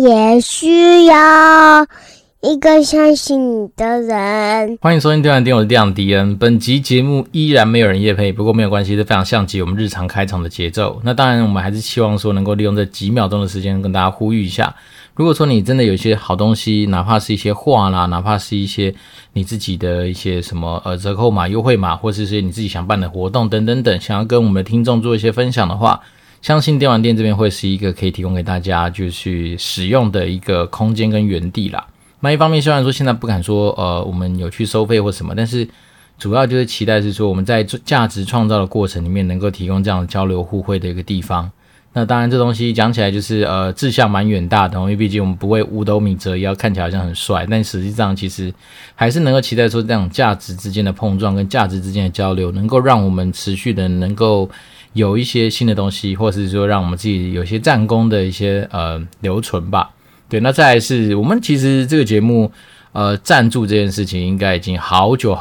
也需要一个相信你的人。 欢迎收听电玩店，我是店长迪恩。本集节目依然没有人业配，不过没有关系，是非常像极我们日常开场的节奏。那当然我们还是希望说能够利用这几秒钟的时间跟大家呼吁一下，如果说你真的有一些好东西，哪怕是一些话啦，哪怕是一些你自己的一些什么折扣码、优惠码，或是一些你自己想办的活动等等等，想要跟我们的听众做一些分享的话，相信电玩店这边会是一个可以提供给大家就是使用的一个空间跟园地啦。那一方面虽然说现在不敢说我们有去收费或什么，但是主要就是期待是说我们在价值创造的过程里面能够提供这样的交流互惠的一个地方。那当然这东西讲起来就是志向蛮远大的，因为毕竟我们不为五斗米折腰，看起来好像很帅，但实际上其实还是能够期待说这样价值之间的碰撞跟价值之间的交流能够让我们持续的能够有一些新的东西，或是说让我们自己有些战功的一些留存吧。对，那再来是我们其实这个节目赞助这件事情应该已经好久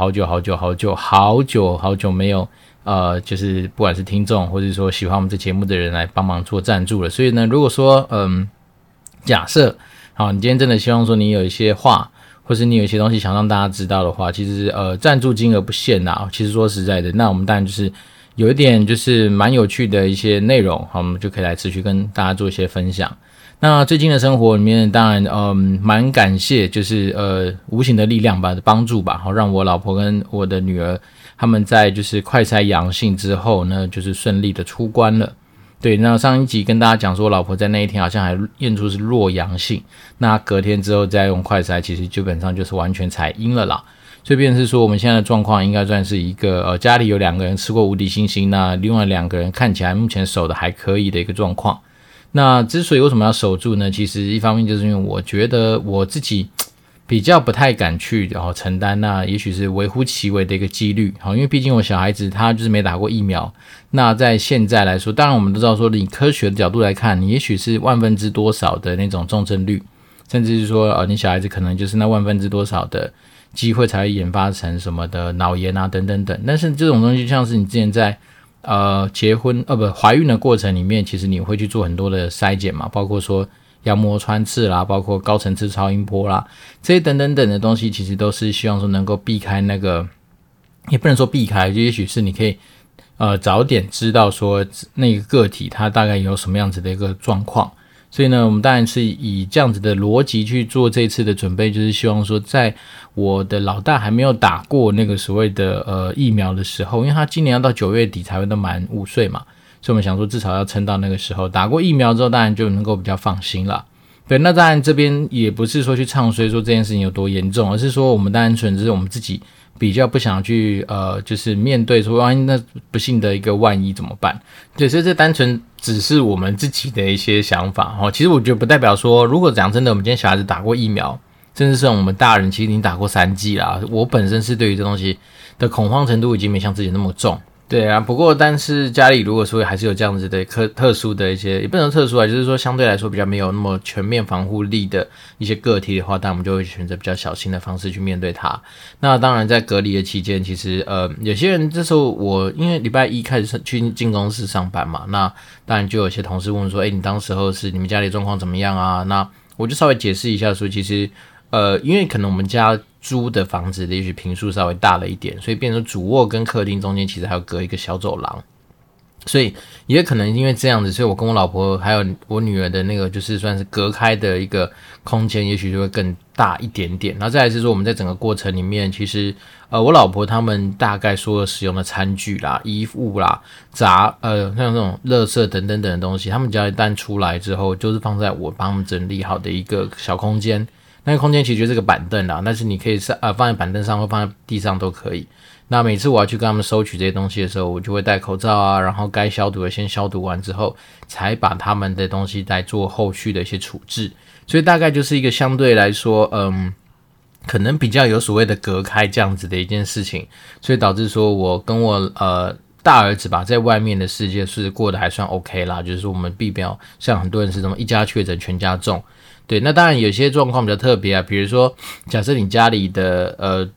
没有就是不管是听众或者说喜欢我们这节目的人来帮忙做赞助了。所以呢，如果说假设好，你今天真的希望说你有一些话，或是你有一些东西想让大家知道的话，其实赞助金额不限啊。其实说实在的，那我们当然就是有一点就是蛮有趣的一些内容，好，我们就可以来持续跟大家做一些分享。那最近的生活里面，当然蛮感谢就是无形的力量吧的帮助吧，好，让我老婆跟我的女儿他们在就是快筛阳性之后呢，就是顺利的出关了。对，那上一集跟大家讲说，我老婆在那一天好像还验出是弱阳性，那隔天之后再用快筛，其实基本上就是完全采阴了啦。所以变成是说，我们现在的状况应该算是一个家里有2个人吃过无敌星星，那另外2个人看起来目前守的还可以的一个状况。那之所以为什么要守住呢？其实一方面就是因为我觉得我自己比较不太敢去承担那也许是微乎其微的一个几率，因为毕竟我小孩子他就是没打过疫苗。那在现在来说，当然我们都知道说以科学的角度来看，你也许是万分之多少的那种重症率，甚至是说你小孩子可能就是那万分之多少的机会才会研发成什么的脑炎啊等等等。但是这种东西像是你之前在结婚怀孕的过程里面，其实你会去做很多的筛检嘛，包括说羊膜穿刺啦，包括高层次超音波啦，这些等等等的东西，其实都是希望说能够避开那个，也不能说避开，就也许是你可以早点知道说那个个体它大概有什么样子的一个状况。所以呢，我们当然是以这样子的逻辑去做这次的准备，就是希望说在我的老大还没有打过那个所谓的疫苗的时候，因为他今年要到9月底才会都满5岁嘛，所以我们想说至少要撑到那个时候，打过疫苗之后当然就能够比较放心啦。对，那当然这边也不是说去唱衰说这件事情有多严重，而是说我们单纯只是我们自己比较不想去就是面对说万一那不幸的一个万一怎么办。对，所以这单纯只是我们自己的一些想法其实我觉得不代表说，如果讲真的我们今天小孩子打过疫苗，甚至是我们大人其实已经打过3剂啦，我本身是对于这东西的恐慌程度已经没像之前那么重。对啊，不过但是家里如果说还是有这样子的特殊的一些，也不能特殊啊，就是说相对来说比较没有那么全面防护力的一些个体的话，当然我们就会选择比较小心的方式去面对它。那当然在隔离的期间，其实有些人这时候我因为礼拜一开始去进公司上班嘛，那当然就有些同事问说，你当时候是你们家里状况怎么样啊？那我就稍微解释一下说，其实因为可能我们家租的房子的也许坪数稍微大了一点，所以变成主卧跟客厅中间其实还有隔一个小走廊，所以也可能因为这样子，所以我跟我老婆还有我女儿的那个就是算是隔开的一个空间也许就会更大一点点。然后再来是说我们在整个过程里面，其实我老婆他们大概所有使用的餐具啦、衣物啦、像那种垃圾等等等的东西，他们只要一旦出来之后，就是放在我帮他们整理好的一个小空间。那个空间其实就是个板凳啦，但是你可以放在板凳上或放在地上都可以。那每次我要去跟他们收取这些东西的时候，我就会戴口罩啊，然后该消毒的先消毒完之后，才把他们的东西来做后续的一些处置。所以大概就是一个相对来说可能比较有所谓的隔开这样子的一件事情，所以导致说我跟我大儿子吧，在外面的世界是过得还算 OK 啦，就是说我们避免像很多人是什么一家确诊全家中。对，那当然有些状况比较特别啊，比如说假设你家里的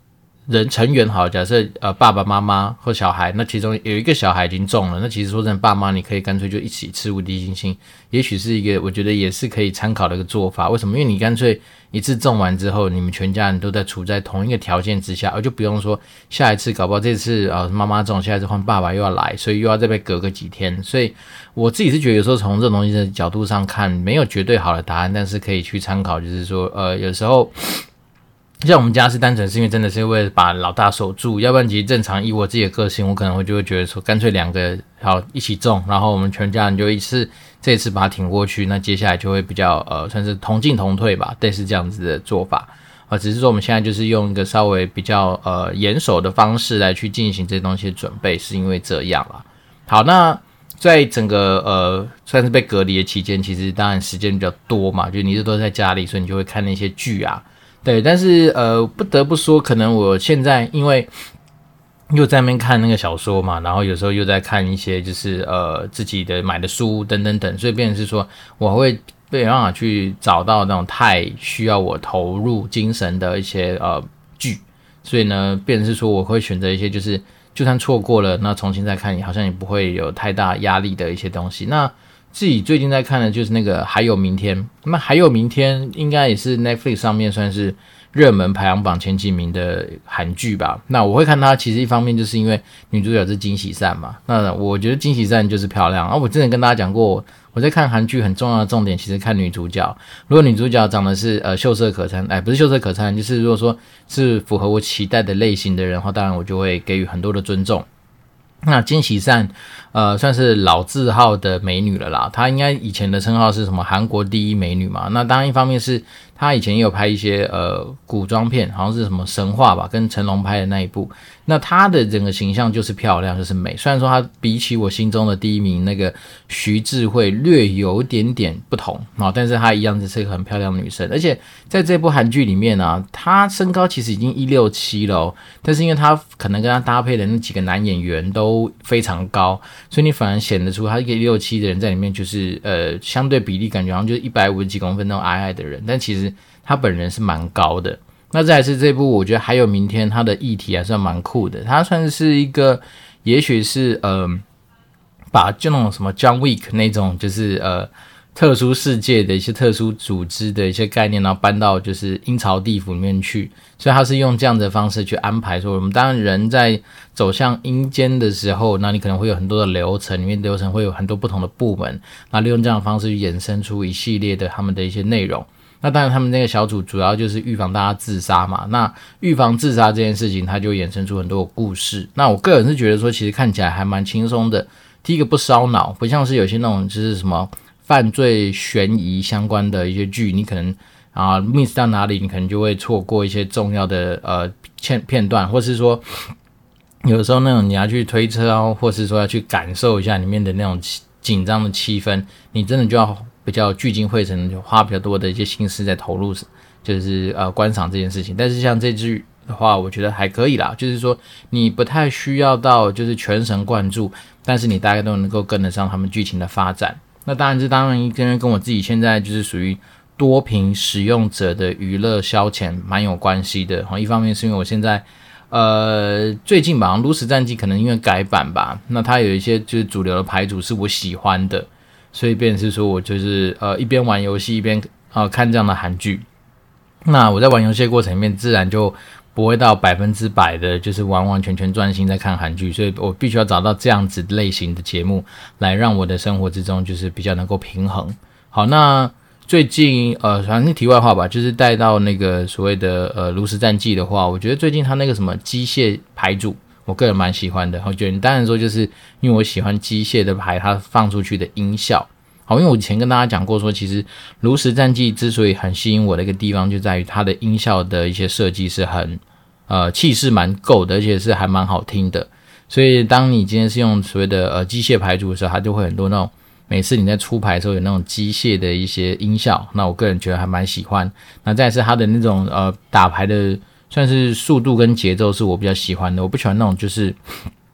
成员好，假设爸爸妈妈或小孩，那其中有一个小孩已经中了，那其实说真的，爸妈你可以干脆就一起吃无敌星星，也许是一个我觉得也是可以参考的一个做法。为什么？因为你干脆一次中完之后，你们全家人都在处在同一个条件之下，而就不用说下一次搞不好这次妈妈中，下一次换爸爸又要来，所以又要再被隔个几天。所以我自己是觉得有时候从这种东西的角度上看，没有绝对好的答案，但是可以去参考，就是说有时候。像我们家是单纯是因为真的是为了把老大守住，要不然其实正常以我自己的个性，我可能就会觉得说干脆2个好一起中，然后我们全家人就这一次把它挺过去，那接下来就会比较算是同进同退吧，类似这样子的做法。只是说我们现在就是用一个稍微比较严守的方式来去进行这些东西的准备，是因为这样啦。好，那在整个算是被隔离的期间，其实当然时间比较多嘛，就你都在家里，所以你就会看那些剧啊。对，但是不得不说，可能我现在因为又在那边看那个小说嘛，然后有时候又在看一些就是自己的买的书等等等，所以变成是说我会没办法去找到那种太需要我投入精神的一些剧，所以呢，变成是说我会选择一些就是就算错过了，那重新再看，好像也不会有太大压力的一些东西。那自己最近在看的就是那个还有明天，那还有明天应该也是 Netflix 上面算是热门排行榜前几名的韩剧吧。那我会看它，其实一方面就是因为女主角是金喜善嘛，那我觉得金喜善就是漂亮。我之前跟大家讲过，我在看韩剧很重要的重点其实看女主角，如果女主角长得是秀色可餐，不是秀色可餐，就是如果说是符合我期待的类型的人的话，当然我就会给予很多的尊重。那金喜善算是老字号的美女了啦，她应该以前的称号是什么韩国第一美女嘛，那当然一方面是她以前也有拍一些古装片，好像是什么神话吧，跟成龙拍的那一部，那她的整个形象就是漂亮就是美，虽然说她比起我心中的第一名那个徐智慧略有点点不同，但是她一样是一个很漂亮的女生，而且在这部韩剧里面啊，她身高其实已经167了但是因为她可能跟她搭配的那几个男演员都非常高，所以你反而显得出她一个167的人在里面就是相对比例感觉好像就是150几公分那种矮矮的人，但其实她本人是蛮高的。那再来是这部我觉得还有明天，她的议题还算蛮酷的，她算是一个也许是把就那种什么 John Wick 那种就是特殊世界的一些特殊组织的一些概念，然后搬到就是阴曹地府里面去，所以他是用这样的方式去安排说，我们当然人在走向阴间的时候，那你可能会有很多的流程，里面流程会有很多不同的部门，那利用这样的方式去衍生出一系列的他们的一些内容。那当然他们那个小组主要就是预防大家自杀嘛，那预防自杀这件事情它就衍生出很多的故事。那我个人是觉得说其实看起来还蛮轻松的，第一个不烧脑，不像是有些那种就是什么犯罪悬疑相关的一些剧，你可能miss 到哪里，你可能就会错过一些重要的片段，或是说有的时候那种你要去推车或是说要去感受一下里面的那种紧张的气氛，你真的就要比较聚精会神，就花比较多的一些心思在投入，就是观赏这件事情。但是像这剧的话，我觉得还可以啦，就是说你不太需要到就是全神贯注，但是你大概都能够跟得上他们剧情的发展。那当然跟我自己现在就是属于多屏使用者的娱乐消遣蛮有关系的。一方面是因为我现在最近吧，炉石战记可能因为改版吧，那它有一些就是主流的牌组是我喜欢的，所以变成是说我就是一边玩游戏一边看这样的韩剧。那我在玩游戏的过程里面自然就不会到100%的就是完全专心在看韩剧，所以我必须要找到这样子类型的节目来让我的生活之中就是比较能够平衡。好，那最近反正题外话吧，就是带到那个所谓的炉石战记的话，我觉得最近他那个什么机械牌组我个人蛮喜欢的。我觉得当然说就是因为我喜欢机械的牌它放出去的音效。好，因为我以前跟大家讲过说，其实炉石战记之所以很吸引我的一个地方就在于它的音效的一些设计是很气势蛮够的，而且是还蛮好听的。所以当你今天是用所谓的机械牌组的时候，它就会很多那种每次你在出牌的时候有那种机械的一些音效，那我个人觉得还蛮喜欢。那再来是它的那种打牌的算是速度跟节奏是我比较喜欢的，我不喜欢那种就是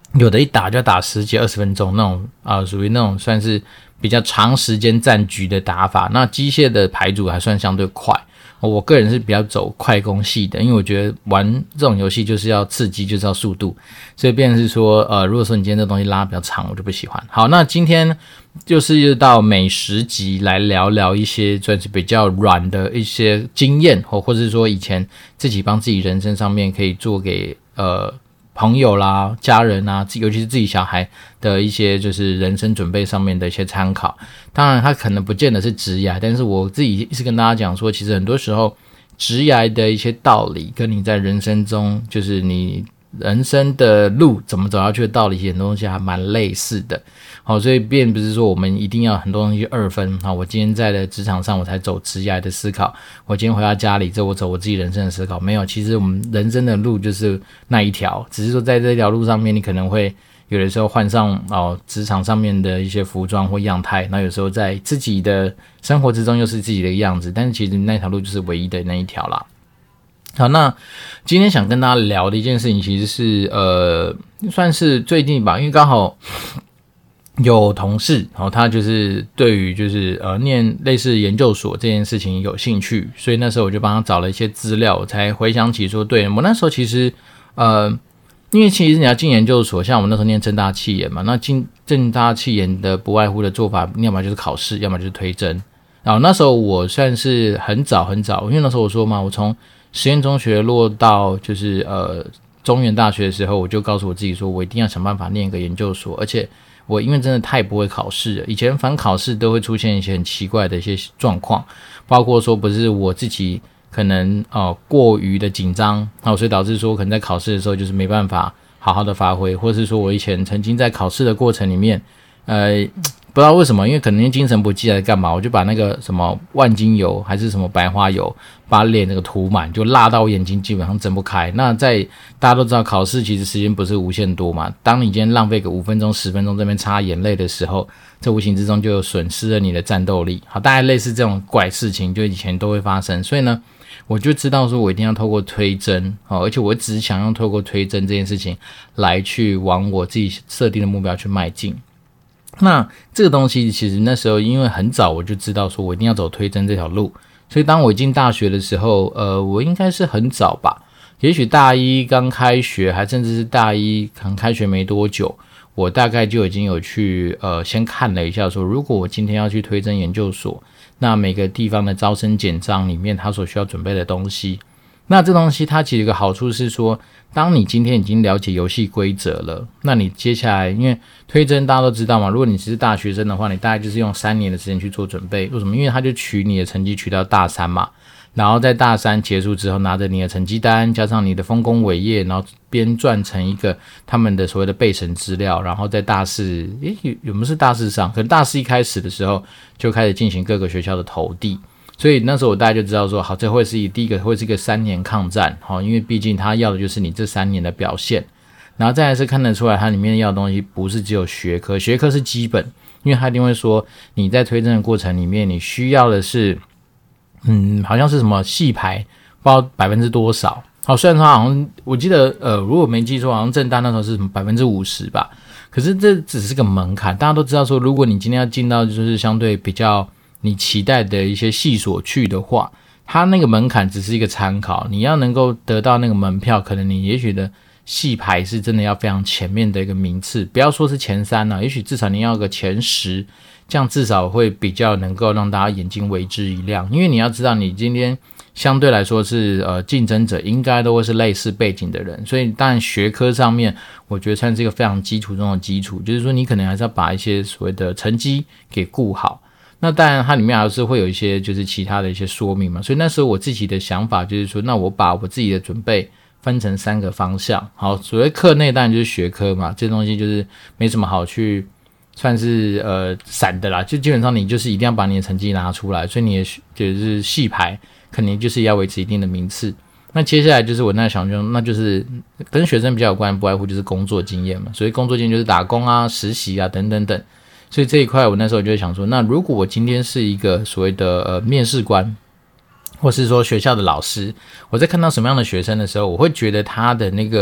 有的一打就要打10几20分钟那种属于那种算是比较长时间占局的打法。那机械的牌组还算相对快，我个人是比较走快攻系的，因为我觉得玩这种游戏就是要刺激，就是要速度，所以变成是说如果说你今天这东西拉比较长，我就不喜欢。好，那今天就是到每10集来聊聊一些算是比较软的一些经验，或者是说以前自己帮自己人生上面可以做给朋友啦、家人啊，尤其是自己小孩的一些就是人生准备上面的一些参考。当然他可能不见得是职涯，但是我自己一直跟大家讲说，其实很多时候职涯的一些道理跟你在人生中就是你人生的路怎么走下去的道理，很多东西还蛮类似的。好，所以并不是说我们一定要很多东西2分。好，我今天在的职场上我才走职业的思考，我今天回到家里之后我走我自己人生的思考，没有，其实我们人生的路就是那一条，只是说在这条路上面你可能会有的时候换上职场上面的一些服装或样态，那有时候在自己的生活之中又是自己的样子，但是其实那条路就是唯一的那一条啦。好，那今天想跟大家聊的一件事情，其实是算是最近吧，因为刚好有同事，他就是对于就是念类似研究所这件事情有兴趣，所以那时候我就帮他找了一些资料，我才回想起说，对，我那时候其实因为其实你要进研究所，像我们那时候念政大企研嘛，那进政大企研的不外乎的做法，要么就是考试，要么就是推甄。然后那时候我算是很早，因为那时候我说嘛，我从实验中学落到就是中原大学的时候，我就告诉我自己说，我一定要想办法念一个研究所，而且我因为真的太不会考试了，以前反考试都会出现一些很奇怪的一些状况，包括说不是我自己可能过于的紧张，所以导致说可能在考试的时候就是没办法好好的发挥，或者是说我以前曾经在考试的过程里面不知道为什么，因为可能精神不济还是干嘛，我就把那个什么万金油还是什么白花油把脸那个涂满，就辣到我眼睛基本上睁不开。那在大家都知道考试其实时间不是无限多嘛，当你今天浪费个5分钟10分钟在那边擦眼泪的时候，这无形之中就损失了你的战斗力。好，大概类似这种怪事情就以前都会发生，所以呢我就知道说我一定要透过推甄，而且我只想用透过推甄这件事情来去往我自己设定的目标去迈进。那这个东西其实那时候因为很早我就知道说我一定要走推甄这条路，所以当我进大学的时候我应该是很早吧，也许大一刚开学还甚至是大一刚开学没多久，我大概就已经有去先看了一下说，如果我今天要去推甄研究所，那每个地方的招生简章里面他所需要准备的东西，那这东西它其实有个好处是说，当你今天已经了解游戏规则了，那你接下来因为推甄大家都知道嘛，如果你只是大学生的话，你大概就是用3年的时间去做准备。为什么？因为他就取你的成绩取到大3嘛，然后在大3结束之后，拿着你的成绩单加上你的丰功伟业，然后编撰成一个他们的所谓的备审资料，然后在大4有没有是大4上，可能大4一开始的时候就开始进行各个学校的投递。所以那时候我大概就知道说，好，这会是第一个会是一个3年抗战，好，因为毕竟他要的就是你这3年的表现，然后再来是看得出来它里面要的东西不是只有学科，学科是基本，因为他一定会说你在推甄的过程里面你需要的是好像是什么系排，不知道%多少，好，虽然说好像我记得如果没记错，好像政大那时候是什么50%吧，可是这只是个门槛，大家都知道说，如果你今天要进到就是相对比较你期待的一些系所去的话，它那个门槛只是一个参考，你要能够得到那个门票，可能你也许的系排是真的要非常前面的一个名次，不要说是前3啦，也许至少你要个前10，这样至少会比较能够让大家眼睛为之一亮。因为你要知道你今天相对来说是竞争者应该都会是类似背景的人，所以当然学科上面我觉得算是一个非常基础中的基础，就是说你可能还是要把一些所谓的成绩给顾好。那当然它里面还是会有一些就是其他的一些说明嘛，所以那时候我自己的想法就是说，那我把我自己的准备分成3个方向。好，所谓课内当然就是学科嘛，这东西就是没什么好去算是散的啦，就基本上你就是一定要把你的成绩拿出来，所以你的就是系排肯定就是要维持一定的名次。那接下来就是我那想那就是跟学生比较有关，不外乎就是工作经验嘛，所以工作经验就是打工啊、实习啊等等等。所以这一块我那时候就会想说，那如果我今天是一个所谓的面试官，或是说学校的老师，我在看到什么样的学生的时候，我会觉得他的那个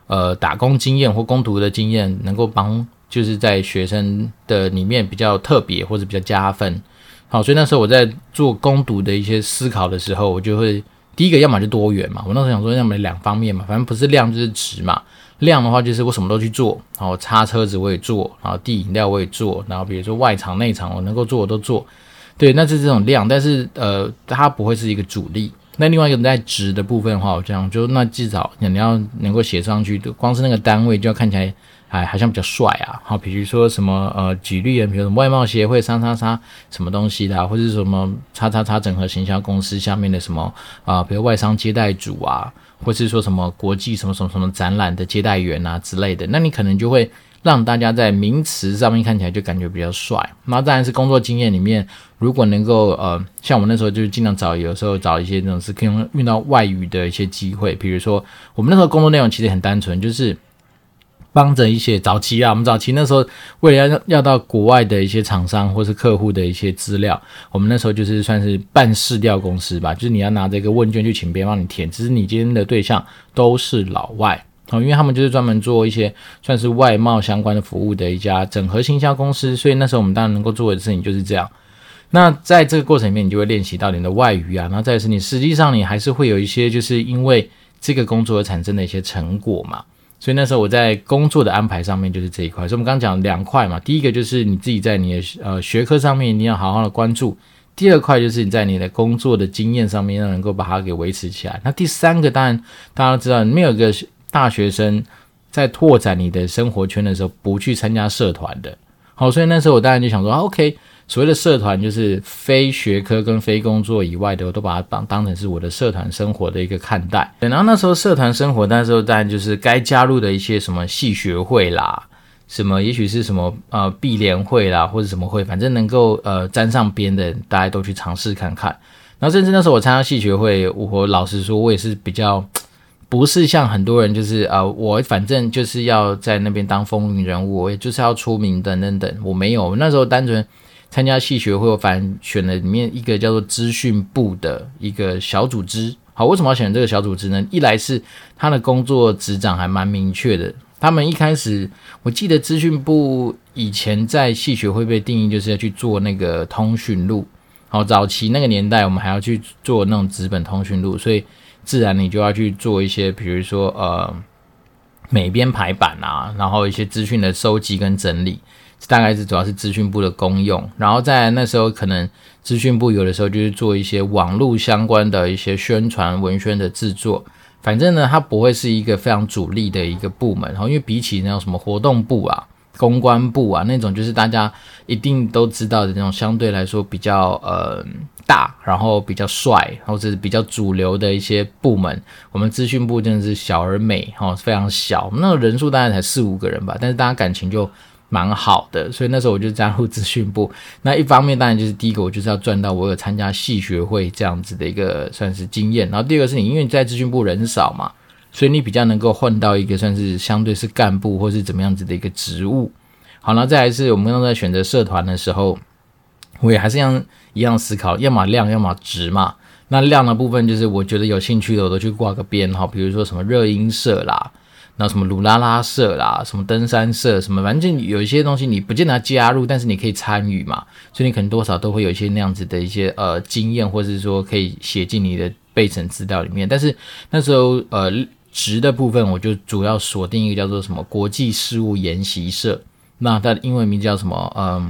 打工经验或工读的经验，能够帮就是在学生的里面比较特别或者比较加分。好，所以那时候我在做工读的一些思考的时候，我就会第一个要么就多元嘛，我那时候想说要么两方面嘛，反正不是量就是质嘛。量的话就是我什么都去做，然后擦车子我也做，然后递饮料我也做，然后比如说外场内场我能够做我都做。对，那是这种量，但是它不会是一个主力。那另外一个在值的部分的话，我这样就那至少你要能够写上去，光是那个单位就要看起来好像比较帅啊。好，比如说什么举例比如什么外贸协会啥什么东西的，或者是什么叉整合行销公司下面的什么比如外商接待组啊，或是说什么国际什么展览的接待员啊之类的，那你可能就会让大家在名词上面看起来就感觉比较帅。然后当然是工作经验里面，如果能够像我们那时候就尽量有时候找一些那种是可以用到外语的一些机会，比如说我们那时候工作内容其实很单纯，就是帮着一些早期我们早期那时候为了要到国外的一些厂商或是客户的一些资料，我们那时候就是算是办市调公司吧，就是你要拿这个问卷去请别人帮你填，只是你今天的对象都是老外。因为他们就是专门做一些算是外贸相关的服务的一家整合行销公司，所以那时候我们当然能够做的事情就是这样。那在这个过程里面，你就会练习到你的外语啊，然后再来是你实际上你还是会有一些就是因为这个工作而产生的一些成果嘛。所以那时候我在工作的安排上面就是这一块。所以我们刚刚讲两块嘛，第一个就是你自己在你的学科上面一定要好好的关注，第二块就是你在你的工作的经验上面要能够把它给维持起来。那第三个当然大家都知道，没有一个大学生在拓展你的生活圈的时候不去参加社团的。好，所以那时候我当然就想说OK， 所谓的社团就是非学科跟非工作以外的，我都把它当成是我的社团生活的一个看待。然后那时候社团生活那时候当然就是该加入的一些什么系学会啦，什么也许是什么毕联会啦，或者什么会，反正能够沾上边的大家都去尝试看看。然后甚至那时候我参加系学会，我老实说我也是比较不是像很多人就是我反正就是要在那边当风云人物，我也就是要出名等等等，我没有。我那时候单纯参加系学会，我反正选了里面一个叫做资讯部的一个小组织。好，为什么要选这个小组织呢？一来是他的工作职掌还蛮明确的，他们一开始我记得资讯部以前在系学会被定义就是要去做那个通讯录。好，早期那个年代我们还要去做那种纸本通讯录，所以自然你就要去做一些比如说美编排版啊，然后一些资讯的收集跟整理，大概是主要是资讯部的功用。然后在那时候可能资讯部有的时候就是做一些网络相关的一些宣传文宣的制作。反正呢它不会是一个非常主力的一个部门，因为比起那种什么活动部啊公关部啊那种就是大家一定都知道的那种相对来说比较大，然后比较帅，或者是比较主流的一些部门，我们资讯部真的是小而美，非常小，我们那个人数大概才4-5个人吧，但是大家感情就蛮好的，所以那时候我就加入资讯部。那一方面当然就是第一个我就是要赚到我有参加系学会这样子的一个算是经验，然后第二个是你因为在资讯部人少嘛，所以你比较能够混到一个算是相对是干部或是怎么样子的一个职务。好，然后再来是我们刚才在选择社团的时候，我也还是一样思考，要么量要么质嘛。那量的部分就是我觉得有兴趣的我都去挂个边，比如说什么热音社啦，然后什么鲁拉拉社啦，什么登山社什么，反正有一些东西你不见得加入，但是你可以参与嘛，所以你可能多少都会有一些那样子的一些经验，或者是说可以写进你的备审资料里面。但是那时候职的部分我就主要锁定一个叫做什么国际事务研习社，那它的英文名叫什么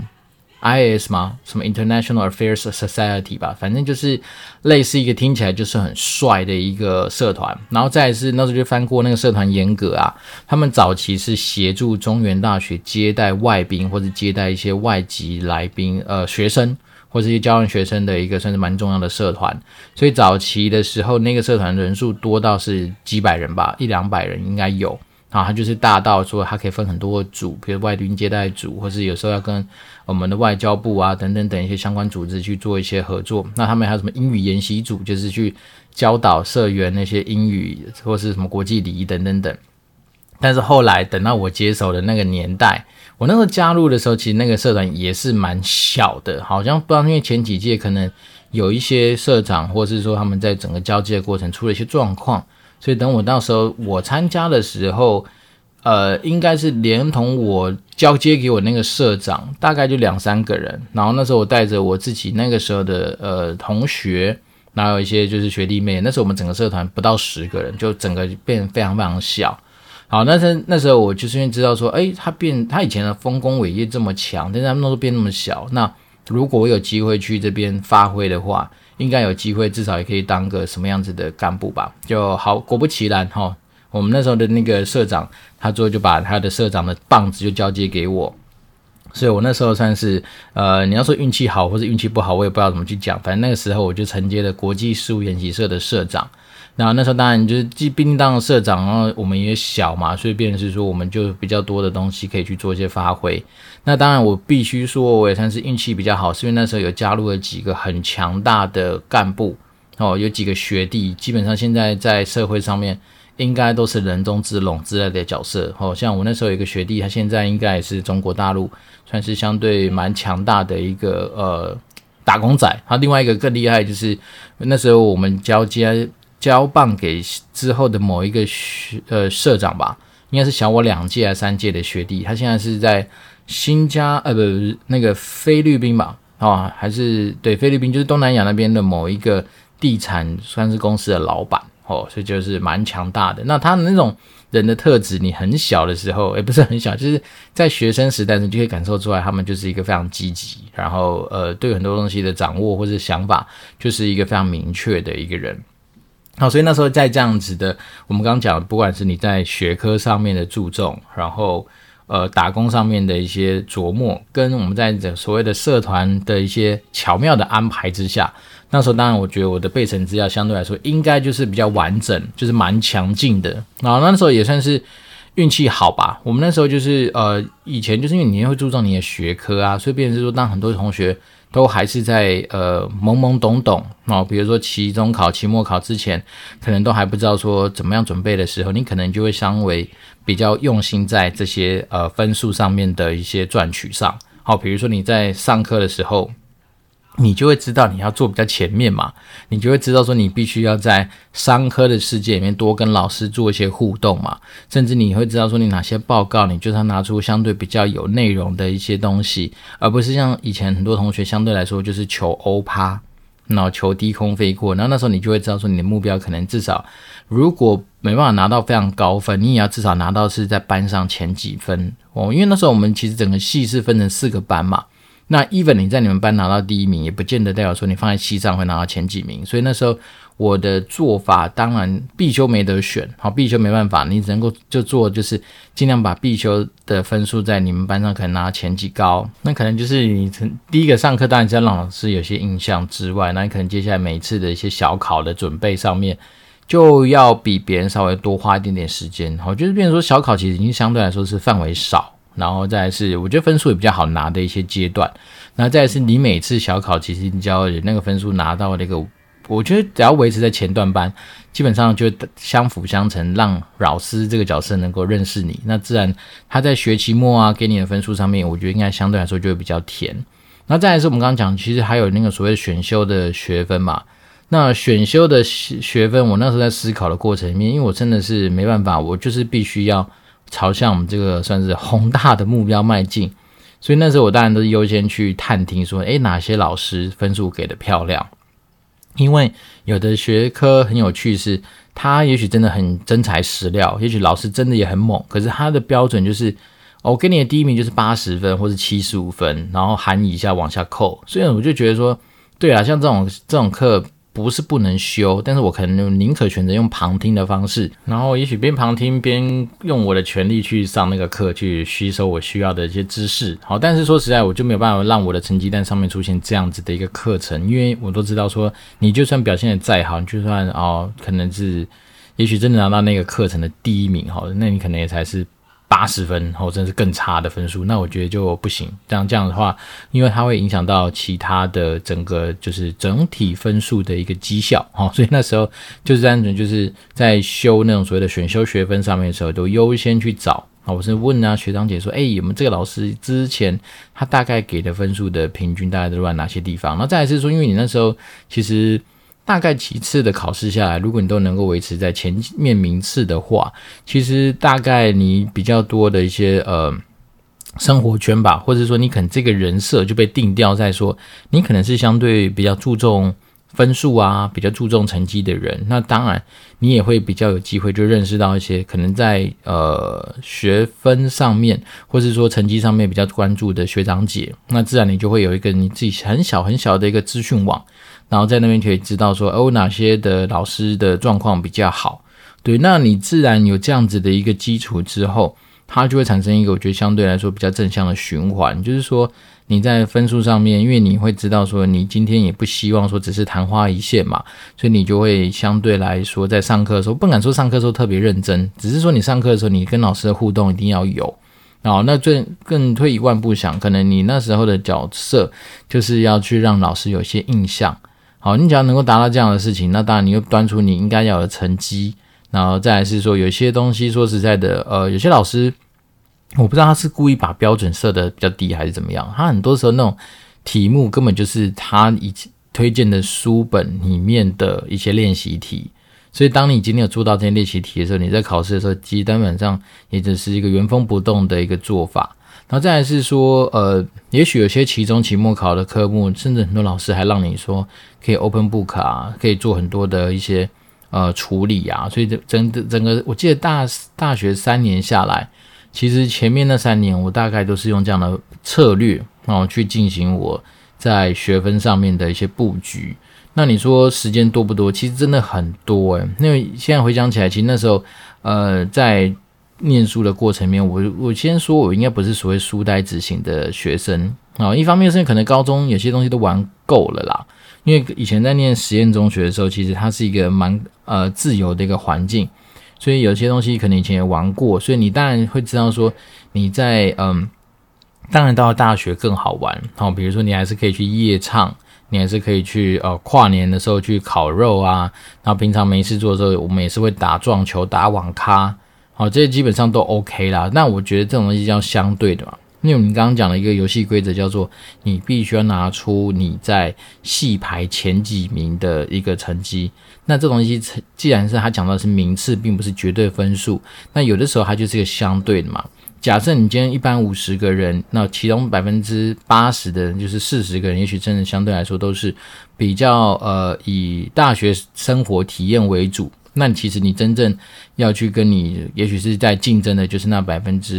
IAS 吗？什么 International Affairs Society 吧，反正就是类似一个听起来就是很帅的一个社团。然后再来是那时候就翻过那个社团严格啊，他们早期是协助中原大学接待外宾或者接待一些外籍来宾学生或者一些交换学生的一个算是蛮重要的社团。所以早期的时候那个社团人数多到是几百人吧，100-200人应该有。它就是大到说它可以分很多个组，比如外宾接待组，或是有时候要跟我们的外交部啊等等等一些相关组织去做一些合作。那他们还有什么英语研习组，就是去教导社员那些英语或是什么国际礼仪等等等。但是后来等到我接手的那个年代，我那时候加入的时候，其实那个社团也是蛮小的，好像不知道因为前几届可能有一些社长或是说他们在整个交接的过程出了一些状况， 所以等我到时候我参加的时候，应该是连同我交接给我那个社长，大概就2-3个人。然后那时候我带着我自己那个时候的同学，然后有一些就是学弟妹。那时候我们整个社团不到10个人，就整个变非常非常小。好，那时候我就是因为知道说，他以前的丰功伟业这么强，但是他们都变那么小。那如果我有机会去这边发挥的话，应该有机会，至少也可以当个什么样子的干部吧。就好，果不其然哈，我们那时候的那个社长，他最后就把他的社长的棒子就交接给我。所以我那时候算是你要说运气好或是运气不好，我也不知道怎么去讲。反正那个时候我就承接了国际事务研习社的社长。然后那时候当然就是毕竟当了社长，然后我们也小嘛，所以变成是说我们就比较多的东西可以去做一些发挥。那当然我必须说我也算是运气比较好，是因为那时候有加入了几个很强大的干部有几个学弟，基本上现在在社会上面应该都是人中之龙之类的角色像我那时候有一个学弟，他现在应该也是中国大陆算是相对蛮强大的一个打工仔。他另外一个更厉害，就是那时候我们交棒给之后的某一个社长吧，应该是小我2届还是3届的学弟，他现在是在那个菲律宾吧还是对菲律宾，就是东南亚那边的某一个地产算是公司的老板所以就是蛮强大的。那他的那种人的特质，你很小的时候不是很小，就是在学生时代你就可以感受出来，他们就是一个非常积极，然后对很多东西的掌握或是想法就是一个非常明确的一个人。好，所以那时候在这样子的，我们刚刚讲，不管是你在学科上面的注重，然后打工上面的一些琢磨，跟我们在所谓的社团的一些巧妙的安排之下，那时候当然我觉得我的备审资料相对来说应该就是比较完整，就是蛮强劲的。然后那时候也算是运气好吧。我们那时候就是以前就是因为你会注重你的学科啊，所以变成是说当很多同学都还是在懵懵懂懂比如说期中考、期末考之前，可能都还不知道说怎么样准备的时候，你可能就会稍微比较用心在这些分数上面的一些赚取上。好，比如说你在上课的时候，你就会知道你要做比较前面嘛，你就会知道说你必须要在商科的世界里面多跟老师做一些互动嘛，甚至你会知道说你哪些报告你就是要拿出相对比较有内容的一些东西，而不是像以前很多同学相对来说就是求欧趴，然後求低空飞过，然后那时候你就会知道说你的目标可能至少如果没办法拿到非常高分，你也要至少拿到是在班上前几分因为那时候我们其实整个系是分成4个班嘛，那 even 你在你们班拿到第1名，也不见得代表说你放在系上会拿到前几名。所以那时候我的做法，当然必修没得选，好，必修没办法，你只能够就做就是尽量把必修的分数在你们班上可能拿前几高。那可能就是你第一个上课当然是要让老师有些印象之外，那你可能接下来每一次的一些小考的准备上面就要比别人稍微多花一点点时间。好，就是变成说小考其实已经相对来说是范围少，然后再来是我觉得分数也比较好拿的一些阶段，然后再来是你每次小考其实你只要有那个分数拿到那个，我觉得只要维持在前段班，基本上就相辅相成，让老师这个角色能够认识你，那自然他在学期末啊给你的分数上面，我觉得应该相对来说就会比较甜。然后再来是我们刚刚讲其实还有那个所谓的选修的学分嘛，那选修的学分我那时候在思考的过程里面，因为我真的是没办法，我就是必须要朝向我们这个算是宏大的目标迈进，所以那时候我当然都是优先去探听说哪些老师分数给的漂亮。因为有的学科很有趣是他也许真的很真材实料，也许老师真的也很猛，可是他的标准就是我给你的第1名就是80分或是75分，然后含以下往下扣。所以我就觉得说对啊，像这种课不是不能修，但是我可能宁可选择用旁听的方式，然后也许边旁听边用我的权利去上那个课，去吸收我需要的一些知识。好，但是说实在我就没有办法让我的成绩单上面出现这样子的一个课程，因为我都知道说你就算表现得再好，你就算可能是也许真的拿到那个课程的第1名，那你可能也才是80分或甚至更差的分数，那我觉得就不行。这样的话，因为它会影响到其他的整个就是整体分数的一个绩效所以那时候就是单纯就是在修那种所谓的选修学分上面的时候，都优先去找我是问学长姐说有没有这个老师之前他大概给的分数的平均大概都在哪些地方。然后再来是说因为你那时候其实大概几次的考试下来，如果你都能够维持在前面名次的话，其实大概你比较多的一些生活圈吧，或者说你可能这个人设就被定调在说你可能是相对比较注重分数啊，比较注重成绩的人，那当然你也会比较有机会就认识到一些可能在学分上面或是说成绩上面比较关注的学长姐，那自然你就会有一个你自己很小很小的一个资讯网，然后在那边可以知道说哪些的老师的状况比较好。对，那你自然有这样子的一个基础之后，它就会产生一个我觉得相对来说比较正向的循环，就是说你在分数上面，因为你会知道说你今天也不希望说只是昙花一现嘛，所以你就会相对来说在上课的时候，不敢说上课的时候特别认真，只是说你上课的时候你跟老师的互动一定要有。那更退一万步想，可能你那时候的角色就是要去让老师有些印象。好，你只要能够达到这样的事情，那当然你又端出你应该要有的成绩，然后再来是说有些东西说实在的有些老师我不知道他是故意把标准设得比较低还是怎么样，他很多时候那种题目根本就是他推荐的书本里面的一些练习题，所以当你今天有做到这些练习题的时候，你在考试的时候基本上也只是一个原封不动的一个做法。然后再来是说也许有些期中期末考的科目，甚至很多老师还让你说可以 open book 啊，可以做很多的一些处理啊，所以整个我记得大学3年下来，其实前面那3年我大概都是用这样的策略去进行我在学分上面的一些布局。那你说时间多不多？其实真的很多因为现在回想起来，其实那时候在念书的过程里面，我先说我应该不是所谓书呆子型的学生一方面是可能高中有些东西都玩够了啦，因为以前在念实验中学的时候，其实它是一个蛮自由的一个环境，所以有些东西可能以前也玩过，所以你当然会知道说你在当然到了大学更好玩比如说你还是可以去夜唱，你还是可以去跨年的时候去烤肉啊，然后平常没事做的时候我们也是会打撞球打网咖这些基本上都 OK 啦。那我觉得这种东西叫相对的嘛，因为我们刚刚讲了一个游戏规则叫做你必须要拿出你在系排前几名的一个成绩，那这东西既然是他讲到的是名次并不是绝对分数，那有的时候它就是一个相对的嘛。假设你今天一般50个人，那其中 80% 的人就是40个人，也许真的相对来说都是比较以大学生活体验为主，那其实你真正要去跟你也许是在竞争的就是那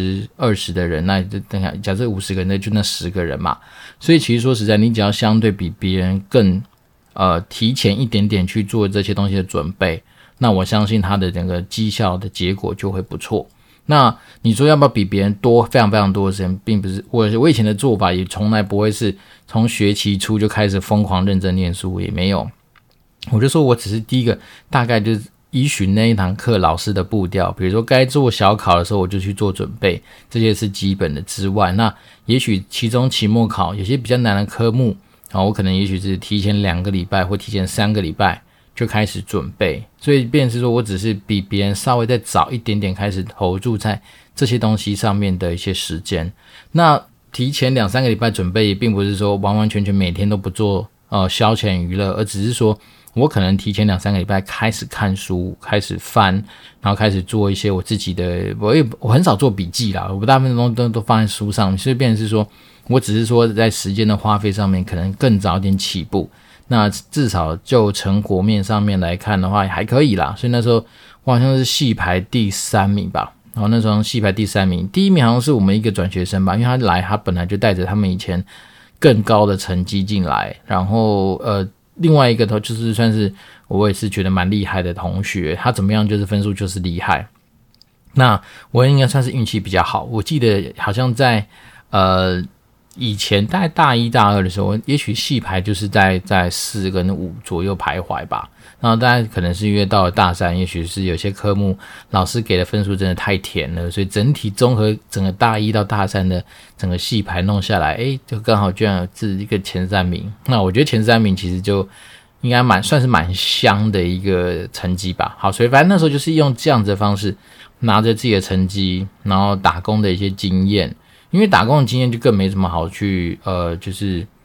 20% 的人，那等下假设50个人那就那10个人嘛，所以其实说实在你只要相对比别人更提前一点点去做这些东西的准备，那我相信他的整个绩效的结果就会不错。那你说要不要比别人多非常非常多的时间，并不是我以前的做法也从来不会是从学期初就开始疯狂认真念书，也没有，我就说我只是第一个大概就是依循那一堂课老师的步调，比如说该做小考的时候我就去做准备，这些是基本的之外，那也许期中期末考有些比较难的科目我可能也许是提前2个礼拜或提前3个礼拜就开始准备，所以变成是说我只是比别人稍微再早一点点开始投入在这些东西上面的一些时间。那提前2-3个礼拜准备，也并不是说完完全全每天都不做消遣娱乐，而只是说我可能提前2-3个礼拜开始看书，开始翻，然后开始做一些我自己的，我很少做笔记啦，我大部分的东西都放在书上，所以变成是说我只是说在时间的花费上面可能更早一点起步，那至少就成果面上面来看的话还可以啦，所以那时候我好像是系排第3名吧，然后那时候系排第3名，第1名好像是我们一个转学生吧，因为他本来就带着他们以前更高的成绩进来，然后另外一个就是算是我也是觉得蛮厉害的同学，他怎么样就是分数就是厉害，那我应该算是运气比较好，我记得好像在以前大概大1大2的时候，也许系排就是在4跟5左右徘徊吧，然后大概可能是因为到了大3，也许是有些科目老师给的分数真的太甜了，所以整体综合整个大1到大3的整个系排弄下来，就刚好居然是一个前3名，那我觉得前3名其实就应该算是蛮香的一个成绩吧。好，所以反正那时候就是用这样子的方式，拿着自己的成绩，然后打工的一些经验，因为打工的经验就更没什么好去就是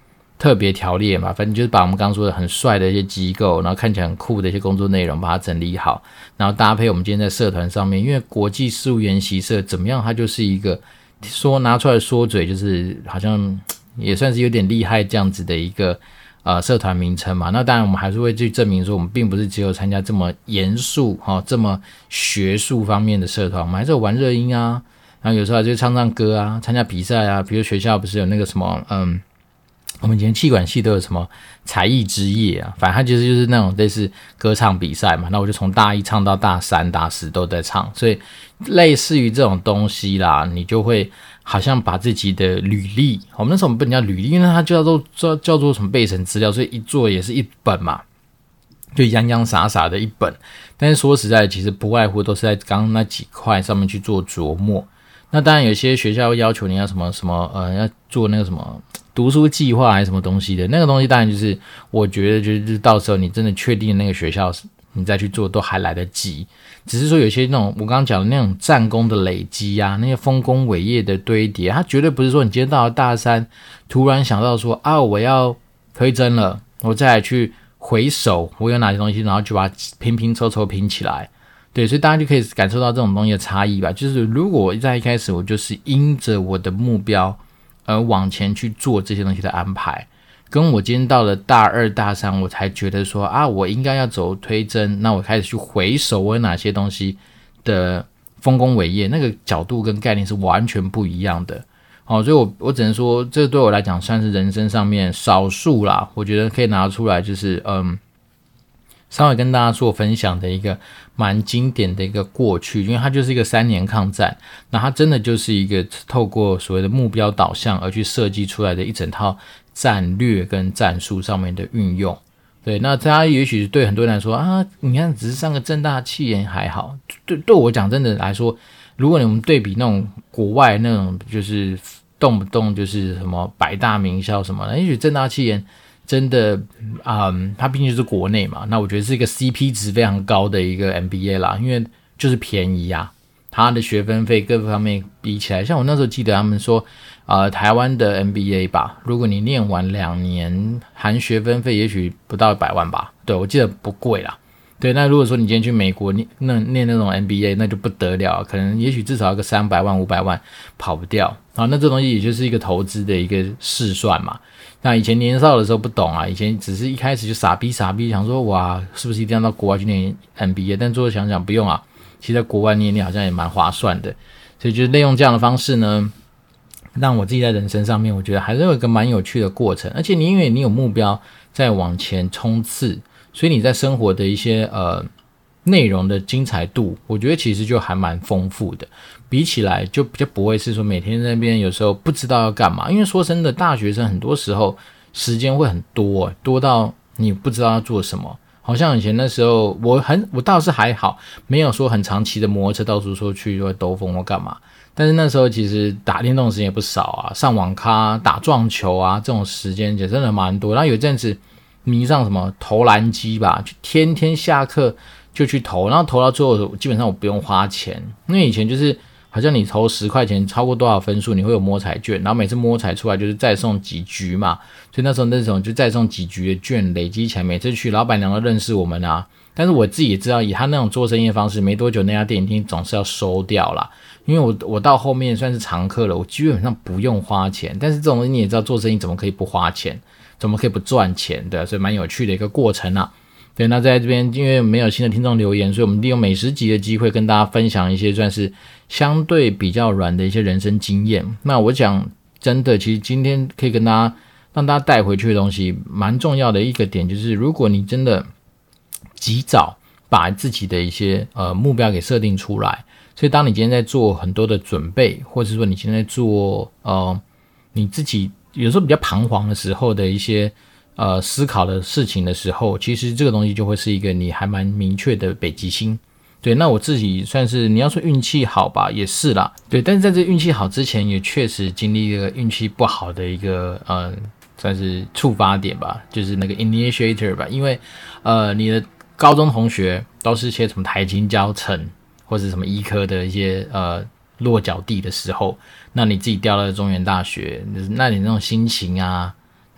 特别条列嘛，反正就是把我们刚刚说的很帅的一些机构，然后看起来很酷的一些工作内容把它整理好，然后搭配我们今天在社团上面，因为国际事务研习社怎么样，它就是一个说拿出来说嘴就是好像也算是有点厉害这样子的一个社团名称嘛。那当然我们还是会去证明说我们并不是只有参加这么严肃这么学术方面的社团，我们还是有玩热音啊，然后有时候就唱唱歌啊，参加比赛啊，比如学校不是有那个什么我们以前企管系都有什么才艺之夜啊，反正它就是那种类似歌唱比赛嘛，那我就从大一唱到大三大四都在唱，所以类似于这种东西啦，你就会好像把自己的履历，我们那时候不能叫履历，因为它叫做什么备审资料，所以一做也是一本嘛，就洋洋洒洒的一本，但是说实在的，其实不外乎都是在刚刚那几块上面去做琢磨。那当然有些学校会要求你要什么要做那个什么读书计划还是什么东西的，那个东西当然就是我觉得就是到时候你真的确定那个学校你再去做都还来得及，只是说有些那种我刚刚讲的那种战功的累积啊，那些丰功伟业的堆叠，它绝对不是说你今天到了大三突然想到说我要推甄了，我再来去回首我有哪些东西，然后就把它拼凑拼起来。对，所以大家就可以感受到这种东西的差异吧。就是如果我在一开始我就是因着我的目标而往前去做这些东西的安排，跟我今天到了大二大三我才觉得说我应该要走推甄，那我开始去回首我有哪些东西的丰功伟业，那个角度跟概念是完全不一样的。所以我只能说这对我来讲算是人生上面少数啦，我觉得可以拿出来就是稍微跟大家做分享的一个蛮经典的一个过去，因为它就是一个3年抗战，那它真的就是一个透过所谓的目标导向而去设计出来的一整套战略跟战术上面的运用。对，那大家也许对很多人来说你看只是上个政大企研还好，对我讲真的来说，如果你们对比那种国外那种就是动不动就是什么百大名校什么的，也许政大企研真的它毕竟就是国内嘛，那我觉得是一个 CP 值非常高的一个 MBA 啦，因为就是便宜啊，它的学分费各方面比起来，像我那时候记得他们说台湾的 MBA 吧，如果你念完2年含学分费也许不到100万吧，对，我记得不贵啦。对，那如果说你今天去美国念那种 MBA 那就不得了，可能也许至少要个300万500万跑不掉那这东西也就是一个投资的一个试算嘛。那以前年少的时候不懂以前只是一开始就傻逼想说哇是不是一定要到国外去念 MBA， 但最后想想不用其实在国外念好像也蛮划算的，所以就是利用这样的方式呢，让我自己在人生上面我觉得还是有一个蛮有趣的过程，而且因为你有目标在往前冲刺，所以你在生活的一些内容的精彩度我觉得其实就还蛮丰富的，比起来就比较不会是说每天在那边有时候不知道要干嘛，因为说真的大学生很多时候时间会很多到你不知道要做什么，好像以前那时候我倒是还好，没有说很长期的摩托车到处说去就会兜风或干嘛，但是那时候其实打电动的时间也不少上网咖打撞球这种时间也真的蛮多，然后有一阵子迷上什么投篮机吧，就天天下课就去投，然后投到最后基本上我不用花钱，因为以前就是好像你投10块钱超过多少分数你会有摸彩券，然后每次摸彩出来就是再送几局嘛，所以那时候那种就再送几局的券累积起来，每次去老板娘都认识我们但是我自己也知道以他那种做生意的方式，没多久那家店一定总是要收掉啦，因为我到后面算是常客了，我基本上不用花钱，但是这种东西你也知道做生意怎么可以不花钱，怎么可以不赚钱，对所以蛮有趣的一个过程对，那在这边因为没有新的听众留言，所以我们利用美食集的机会跟大家分享一些算是相对比较软的一些人生经验。那我讲真的，其实今天可以跟大家让大家带回去的东西蛮重要的一个点，就是如果你真的及早把自己的一些目标给设定出来，所以当你今天在做很多的准备，或者说你今天在做你自己有时候比较彷徨的时候的一些思考的事情的时候，其实这个东西就会是一个你还蛮明确的北极星。对，那我自己算是你要说运气好吧，也是啦。对，但是在这运气好之前，也确实经历了运气不好的一个算是触发点吧，就是那个 initiator 吧。因为你的高中同学都是些什么台清交成或者什么医科的一些落脚地的时候，那你自己调到中原大学，那你那种心情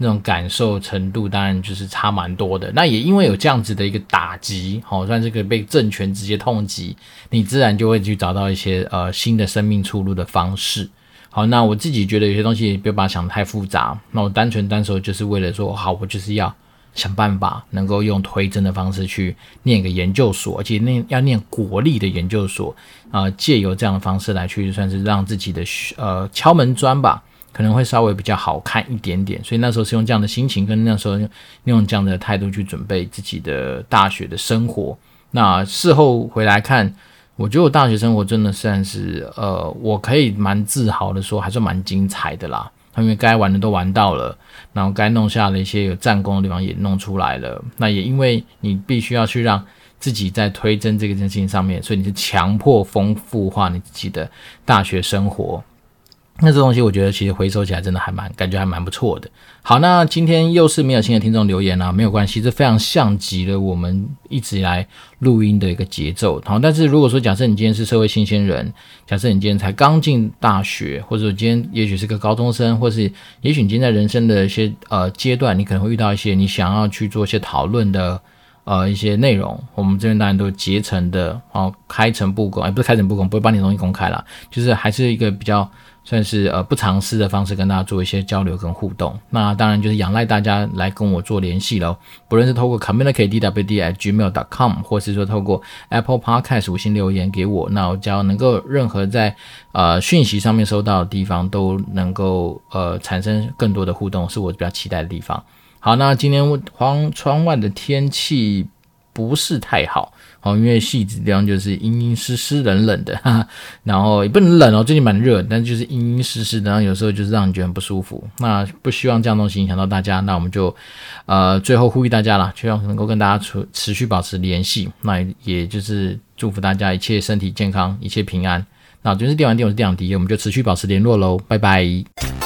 那种感受程度当然就是差蛮多的。那也因为有这样子的一个打击，算是个被政权直接痛击，你自然就会去找到一些新的生命出路的方式。好，那我自己觉得有些东西不要把它想得太复杂，那我单纯就是为了说好，我就是要想办法能够用推甄的方式去念个研究所，而且要念国立的研究所，借由这样的方式来去算是让自己的敲门砖吧，可能会稍微比较好看一点点。所以那时候是用这样的心情跟那时候用这样的态度去准备自己的大学的生活。那事后回来看，我觉得我大学生活真的算是我可以蛮自豪的说还算蛮精彩的啦，因为该玩的都玩到了，然后该弄下的一些有战功的地方也弄出来了。那也因为你必须要去让自己在推甄这件事情上面，所以你是强迫丰富化你自己的大学生活。那这东西我觉得其实回收起来真的感觉还蛮不错的。好，那今天又是没有新的听众留言没有关系，这非常像极了我们一直以来录音的一个节奏。好，但是如果说假设你今天是社会新鲜人，假设你今天才刚进大学，或者今天也许是个高中生，或是也许你今天在人生的一些阶段，你可能会遇到一些你想要去做一些讨论的一些内容，我们这边当然都竭诚的开诚布公，不是开诚布公，不会把你的东西公开啦，就是还是一个比较算是不藏私的方式跟大家做一些交流跟互动。那当然就是仰赖大家来跟我做联系咯，不论是透过 communicatedwd@gmail.com 或是说透过 Apple Podcast 5星留言给我，那我只要能够任何在讯息上面收到的地方都能够产生更多的互动，是我比较期待的地方。好，那今天窗外的天气不是太好，因为汐止地方就是阴阴湿湿冷冷的，然后也不能冷最近蛮热，但是就是阴阴湿湿的，然后有时候就是让你觉得很不舒服。那不希望这样东西影响到大家，那我们就最后呼吁大家啦，希望能够跟大家持续保持联系，那也就是祝福大家一切身体健康，一切平安。那我就是电玩店，我是电玩迪，我们就持续保持联络咯，拜拜。